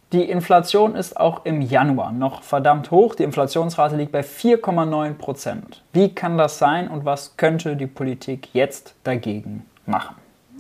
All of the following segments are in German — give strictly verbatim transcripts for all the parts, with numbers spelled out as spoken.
Die Inflation ist auch im Januar noch verdammt hoch. Die Inflationsrate liegt bei vier Komma neun Prozent. Wie kann das sein und was könnte die Politik jetzt dagegen machen?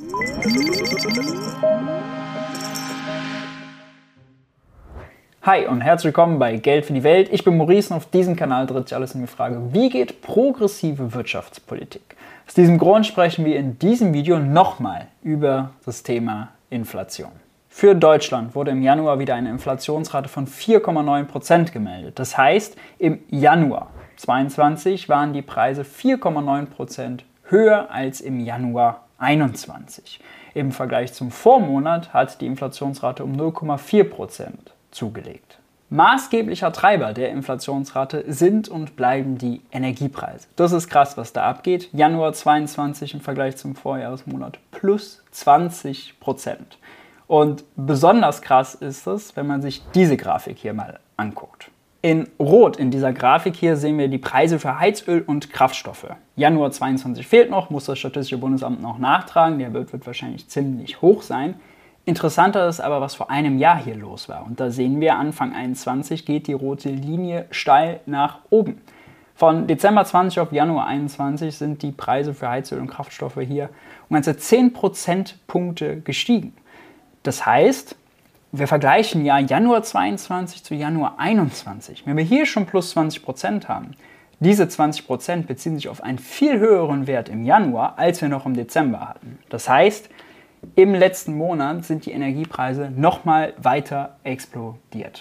Hi und herzlich willkommen bei Geld für die Welt. Ich bin Maurice und auf diesem Kanal dreht sich alles um die Frage, wie geht progressive Wirtschaftspolitik? Aus diesem Grund sprechen wir in diesem Video nochmal über das Thema Inflation. Für Deutschland wurde im Januar wieder eine Inflationsrate von vier Komma neun Prozent gemeldet. Das heißt, im Januar zweiundzwanzig waren die Preise vier Komma neun Prozent höher als im Januar einundzwanzig. Im Vergleich zum Vormonat hat die Inflationsrate um null Komma vier Prozent zugelegt. Maßgeblicher Treiber der Inflationsrate sind und bleiben die Energiepreise. Das ist krass, was da abgeht. Januar zweiundzwanzig im Vergleich zum Vorjahresmonat plus zwanzig Prozent. Und besonders krass ist es, wenn man sich diese Grafik hier mal anguckt. In Rot in dieser Grafik hier sehen wir die Preise für Heizöl und Kraftstoffe. Januar zweiundzwanzig fehlt noch, muss das Statistische Bundesamt noch nachtragen. Der Wert wird wahrscheinlich ziemlich hoch sein. Interessanter ist aber, was vor einem Jahr hier los war. Und da sehen wir, Anfang einundzwanzig geht die rote Linie steil nach oben. Von Dezember zwanzig auf Januar einundzwanzig sind die Preise für Heizöl und Kraftstoffe hier um ganze zehn Prozentpunkte gestiegen. Das heißt, wir vergleichen ja Januar zweiundzwanzig zu Januar einundzwanzig. Wenn wir hier schon plus zwanzig Prozent haben, diese zwanzig Prozent beziehen sich auf einen viel höheren Wert im Januar, als wir noch im Dezember hatten. Das heißt, im letzten Monat sind die Energiepreise nochmal weiter explodiert.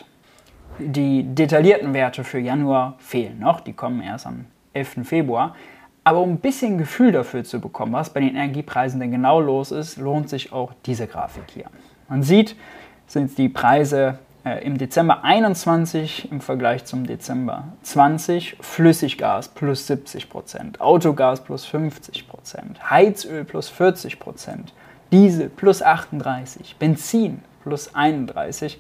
Die detaillierten Werte für Januar fehlen noch, die kommen erst am elften Februar. Aber um ein bisschen Gefühl dafür zu bekommen, was bei den Energiepreisen denn genau los ist, lohnt sich auch diese Grafik hier. Man sieht, sind die Preise äh, im Dezember einundzwanzig im Vergleich zum Dezember zwanzig, Flüssiggas plus siebzig Prozent, Autogas plus fünfzig Prozent, Heizöl plus vierzig Prozent, Diesel plus achtunddreißig, Benzin plus einunddreißig.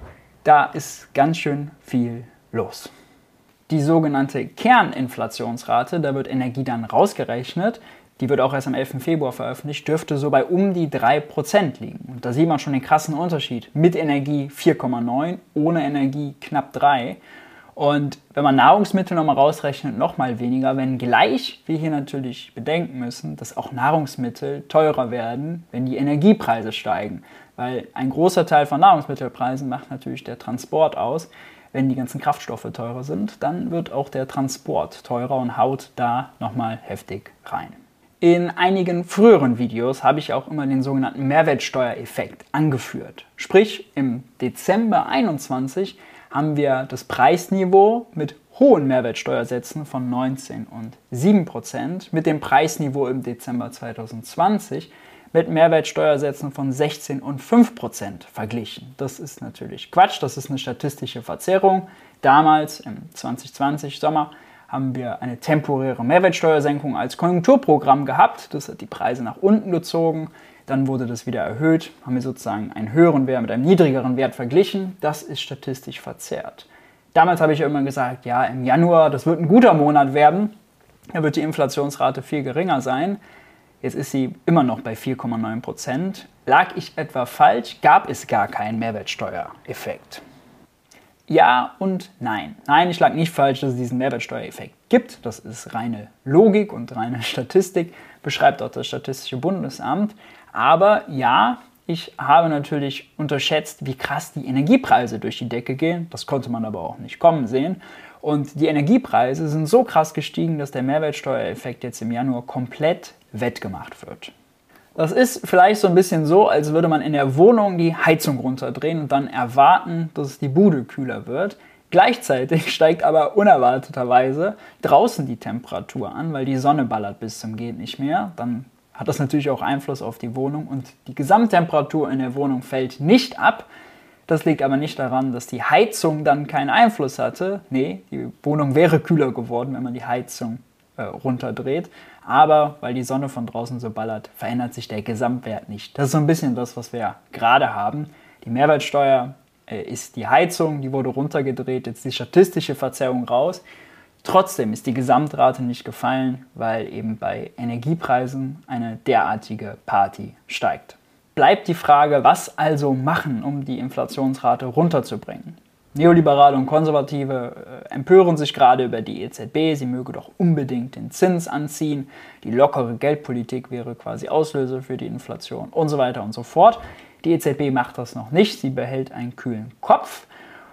Da ist ganz schön viel los. Die sogenannte Kerninflationsrate, da wird Energie dann rausgerechnet, die wird auch erst am elften Februar veröffentlicht, dürfte so bei um die drei Prozent liegen. Und da sieht man schon den krassen Unterschied. Mit Energie vier Komma neun, ohne Energie knapp drei. Und wenn man Nahrungsmittel nochmal rausrechnet, nochmal weniger, wenngleich wir hier natürlich bedenken müssen, dass auch Nahrungsmittel teurer werden, wenn die Energiepreise steigen. Weil ein großer Teil von Nahrungsmittelpreisen macht natürlich der Transport aus. Wenn die ganzen Kraftstoffe teurer sind, dann wird auch der Transport teurer und haut da nochmal heftig rein. In einigen früheren Videos habe ich auch immer den sogenannten Mehrwertsteuereffekt angeführt. Sprich, im Dezember einundzwanzig haben wir das Preisniveau mit hohen Mehrwertsteuersätzen von neunzehn und sieben Prozent mit dem Preisniveau im Dezember zweitausendzwanzig mit Mehrwertsteuersätzen von sechzehn und fünf Prozent verglichen. Das ist natürlich Quatsch, das ist eine statistische Verzerrung. Damals, im zwanzig zwanzig Sommer, haben wir eine temporäre Mehrwertsteuersenkung als Konjunkturprogramm gehabt. Das hat die Preise nach unten gezogen. Dann wurde das wieder erhöht, haben wir sozusagen einen höheren Wert mit einem niedrigeren Wert verglichen. Das ist statistisch verzerrt. Damals habe ich immer gesagt, ja, im Januar, das wird ein guter Monat werden. Da wird die Inflationsrate viel geringer sein. Jetzt ist sie immer noch bei vier Komma neun Prozent. Lag ich etwa falsch? Gab es gar keinen Mehrwertsteuereffekt? Ja und nein. Nein, ich lag nicht falsch, dass es diesen Mehrwertsteuereffekt gibt. Das ist reine Logik und reine Statistik, beschreibt auch das Statistische Bundesamt. Aber ja, ich habe natürlich unterschätzt, wie krass die Energiepreise durch die Decke gehen. Das konnte man aber auch nicht kommen sehen. Und die Energiepreise sind so krass gestiegen, dass der Mehrwertsteuereffekt jetzt im Januar komplett wettgemacht wird. Das ist vielleicht so ein bisschen so, als würde man in der Wohnung die Heizung runterdrehen und dann erwarten, dass die Bude kühler wird. Gleichzeitig steigt aber unerwarteterweise draußen die Temperatur an, weil die Sonne ballert bis zum Geht nicht mehr. Dann hat das natürlich auch Einfluss auf die Wohnung und die Gesamttemperatur in der Wohnung fällt nicht ab. Das liegt aber nicht daran, dass die Heizung dann keinen Einfluss hatte. Nee, die Wohnung wäre kühler geworden, wenn man die Heizung äh, runterdreht. Aber weil die Sonne von draußen so ballert, verändert sich der Gesamtwert nicht. Das ist so ein bisschen das, was wir gerade haben. Die Mehrwertsteuer äh, ist die Heizung, die wurde runtergedreht, jetzt die statistische Verzerrung raus. Trotzdem ist die Gesamtrate nicht gefallen, weil eben bei Energiepreisen eine derartige Party steigt. bleibt die Frage, was also machen, um die Inflationsrate runterzubringen. Neoliberale und Konservative äh, empören sich gerade über die E Z B, sie möge doch unbedingt den Zins anziehen, die lockere Geldpolitik wäre quasi Auslöser für die Inflation und so weiter und so fort. Die E Z B macht das noch nicht, sie behält einen kühlen Kopf.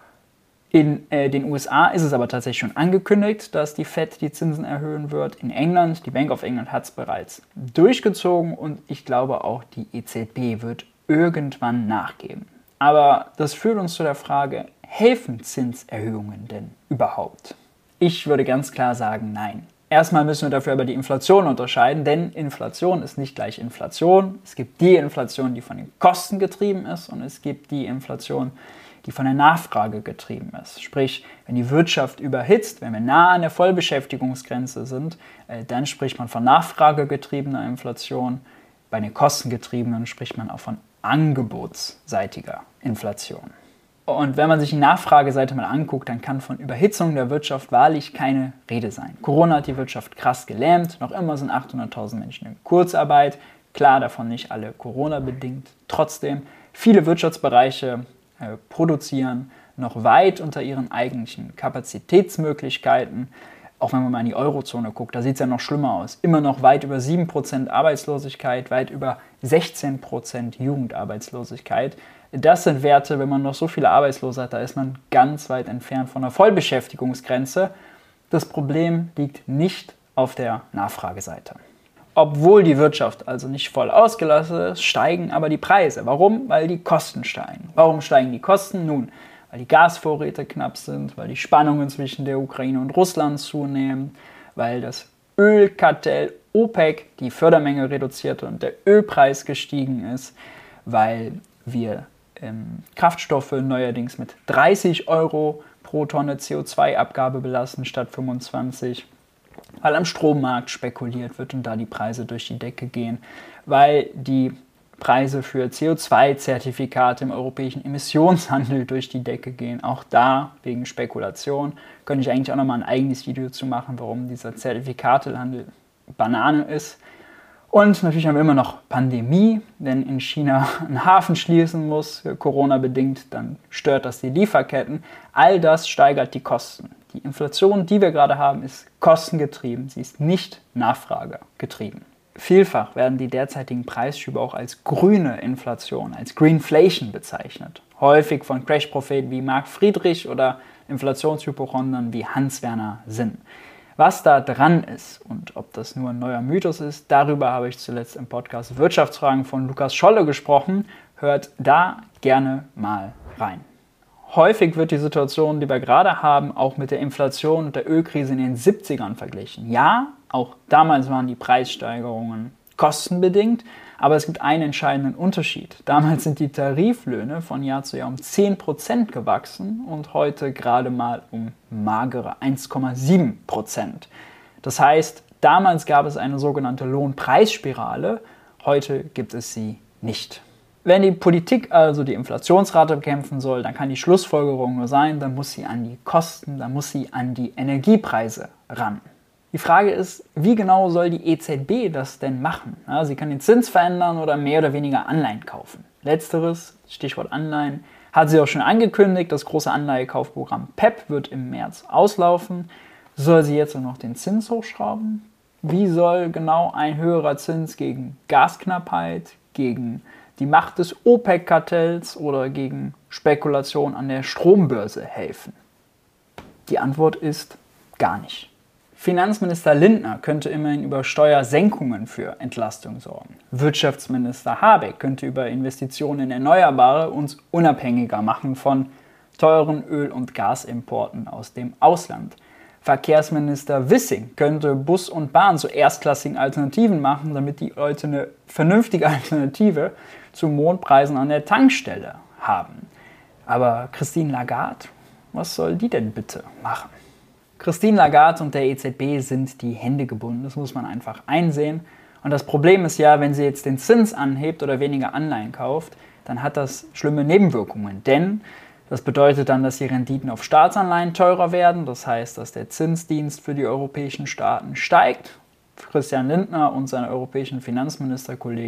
In äh, den U S A ist es aber tatsächlich schon angekündigt, dass die Fed die Zinsen erhöhen wird. In England, die Bank of England hat es bereits durchgezogen und ich glaube auch die E Z B wird irgendwann nachgeben. Aber das führt uns zu der Frage, helfen Zinserhöhungen denn überhaupt? Ich würde ganz klar sagen, nein. Erstmal müssen wir dafür aber die Inflation unterscheiden, denn Inflation ist nicht gleich Inflation. Es gibt die Inflation, die von den Kosten getrieben ist und es gibt die Inflation, die von der Nachfrage getrieben ist. Sprich, wenn die Wirtschaft überhitzt, wenn wir nah an der Vollbeschäftigungsgrenze sind, äh, dann spricht man von nachfragegetriebener Inflation. Bei den kostengetriebenen spricht man auch von angebotsseitiger Inflation. Und wenn man sich die Nachfrageseite mal anguckt, dann kann von Überhitzung der Wirtschaft wahrlich keine Rede sein. Corona hat die Wirtschaft krass gelähmt, noch immer sind achthunderttausend Menschen in Kurzarbeit. Klar, davon nicht alle Corona-bedingt. Trotzdem, viele Wirtschaftsbereiche äh, produzieren noch weit unter ihren eigentlichen Kapazitätsmöglichkeiten. Auch wenn man mal in die Eurozone guckt, da sieht es ja noch schlimmer aus. Immer noch weit über sieben Prozent Arbeitslosigkeit, weit über sechzehn Prozent Jugendarbeitslosigkeit. Das sind Werte, wenn man noch so viele Arbeitslose hat, da ist man ganz weit entfernt von der Vollbeschäftigungsgrenze. Das Problem liegt nicht auf der Nachfrageseite. Obwohl die Wirtschaft also nicht voll ausgelastet ist, steigen aber die Preise. Warum? Weil die Kosten steigen. Warum steigen die Kosten? Nun, weil die Gasvorräte knapp sind, weil die Spannungen zwischen der Ukraine und Russland zunehmen, weil das Ölkartell OPEC die Fördermenge reduzierte und der Ölpreis gestiegen ist, weil wir ähm, Kraftstoffe neuerdings mit dreißig Euro pro Tonne C O zwei Abgabe belassen statt fünfundzwanzig, weil am Strommarkt spekuliert wird und da die Preise durch die Decke gehen, weil die Preise für C O zwei Zertifikate im europäischen Emissionshandel durch die Decke gehen. Auch da wegen Spekulation. Könnte ich eigentlich auch nochmal ein eigenes Video zu machen, warum dieser Zertifikatehandel Banane ist. Und natürlich haben wir immer noch Pandemie, wenn in China ein Hafen schließen muss, Corona-bedingt, dann stört das die Lieferketten. All das steigert die Kosten. Die Inflation, die wir gerade haben, ist kostengetrieben, sie ist nicht nachfragegetrieben. Vielfach werden die derzeitigen Preisschübe auch als grüne Inflation, als Greenflation bezeichnet. Häufig von Crash-Propheten wie Marc Friedrich oder Inflationshypochondern wie Hans-Werner Sinn. Was da dran ist und ob das nur ein neuer Mythos ist, darüber habe ich zuletzt im Podcast Wirtschaftsfragen von Lukas Scholle gesprochen. Hört da gerne mal rein. Häufig wird die Situation, die wir gerade haben, auch mit der Inflation und der Ölkrise in den siebzigern verglichen. Ja, auch damals waren die Preissteigerungen kostenbedingt, aber es gibt einen entscheidenden Unterschied. Damals sind die Tariflöhne von Jahr zu Jahr um zehn Prozent gewachsen und heute gerade mal um magere eins Komma sieben Prozent. Das heißt, damals gab es eine sogenannte Lohnpreisspirale, heute gibt es sie nicht. Wenn die Politik also die Inflationsrate bekämpfen soll, dann kann die Schlussfolgerung nur sein, dann muss sie an die Kosten, dann muss sie an die Energiepreise ran. Die Frage ist, wie genau soll die E Z B das denn machen? Ja, sie kann den Zins verändern oder mehr oder weniger Anleihen kaufen. Letzteres, Stichwort Anleihen, hat sie auch schon angekündigt. Das große Anleihekaufprogramm P E P wird im März auslaufen. Soll sie jetzt noch den Zins hochschrauben? Wie soll genau ein höherer Zins gegen Gasknappheit, gegen die Macht des OPEC-Kartells oder gegen Spekulation an der Strombörse helfen? Die Antwort ist gar nicht. Finanzminister Lindner könnte immerhin über Steuersenkungen für Entlastung sorgen. Wirtschaftsminister Habeck könnte über Investitionen in Erneuerbare uns unabhängiger machen von teuren Öl- und Gasimporten aus dem Ausland. Verkehrsminister Wissing könnte Bus und Bahn zu erstklassigen Alternativen machen, damit die Leute eine vernünftige Alternative zu Mondpreisen an der Tankstelle haben. Aber Christine Lagarde, was soll die denn bitte machen? Christine Lagarde und der E Z B sind die Hände gebunden, das muss man einfach einsehen. Und das Problem ist ja, wenn sie jetzt den Zins anhebt oder weniger Anleihen kauft, dann hat das schlimme Nebenwirkungen. Denn das bedeutet dann, dass die Renditen auf Staatsanleihen teurer werden. Das heißt, dass der Zinsdienst für die europäischen Staaten steigt. Christian Lindner und seine europäischen Finanzministerkollegen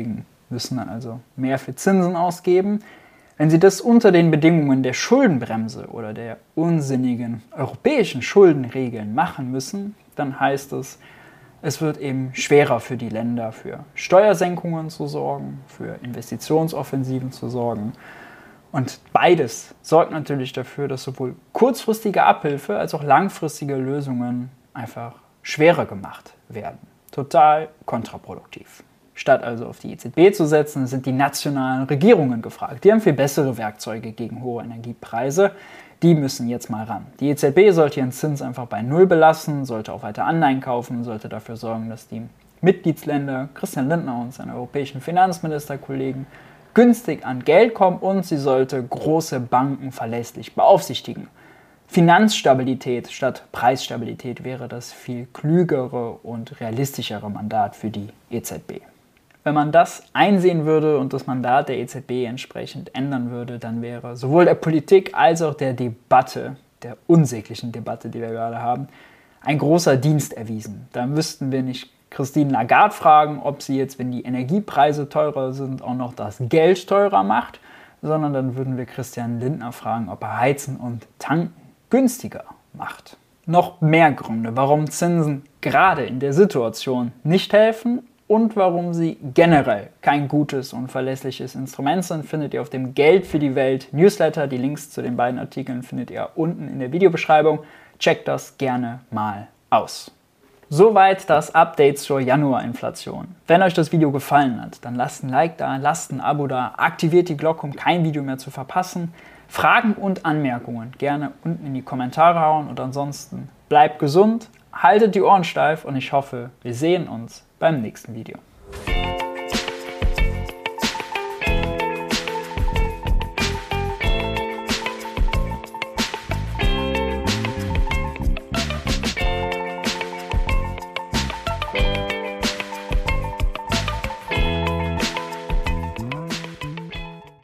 müssen dann also mehr für Zinsen ausgeben. Wenn sie das unter den Bedingungen der Schuldenbremse oder der unsinnigen europäischen Schuldenregeln machen müssen, dann heißt es, es wird eben schwerer für die Länder, für Steuersenkungen zu sorgen, für Investitionsoffensiven zu sorgen. Und beides sorgt natürlich dafür, dass sowohl kurzfristige Abhilfe als auch langfristige Lösungen einfach schwerer gemacht werden. Total kontraproduktiv. Statt also auf die E Z B zu setzen, sind die nationalen Regierungen gefragt. Die haben viel bessere Werkzeuge gegen hohe Energiepreise. Die müssen jetzt mal ran. Die E Z B sollte ihren Zins einfach bei Null belassen, sollte auch weiter Anleihen kaufen, sollte dafür sorgen, dass die Mitgliedsländer, Christian Lindner und seine europäischen Finanzministerkollegen, günstig an Geld kommen und sie sollte große Banken verlässlich beaufsichtigen. Finanzstabilität statt Preisstabilität wäre das viel klügere und realistischere Mandat für die E Z B. Wenn man das einsehen würde und das Mandat der E Z B entsprechend ändern würde, dann wäre sowohl der Politik als auch der Debatte, der unsäglichen Debatte, die wir gerade haben, ein großer Dienst erwiesen. Da müssten wir nicht Christine Lagarde fragen, ob sie jetzt, wenn die Energiepreise teurer sind, auch noch das Geld teurer macht, sondern dann würden wir Christian Lindner fragen, ob er Heizen und Tanken günstiger macht. Noch mehr Gründe, warum Zinsen gerade in der Situation nicht helfen und warum sie generell kein gutes und verlässliches Instrument sind, findet ihr auf dem Geld für die Welt Newsletter. Die Links zu den beiden Artikeln findet ihr unten in der Videobeschreibung. Checkt das gerne mal aus. Soweit das Update zur Januarinflation. Wenn euch das Video gefallen hat, dann lasst ein Like da, lasst ein Abo da, aktiviert die Glocke, um kein Video mehr zu verpassen. Fragen und Anmerkungen gerne unten in die Kommentare hauen und ansonsten bleibt gesund, haltet die Ohren steif und ich hoffe, wir sehen uns beim nächsten Video.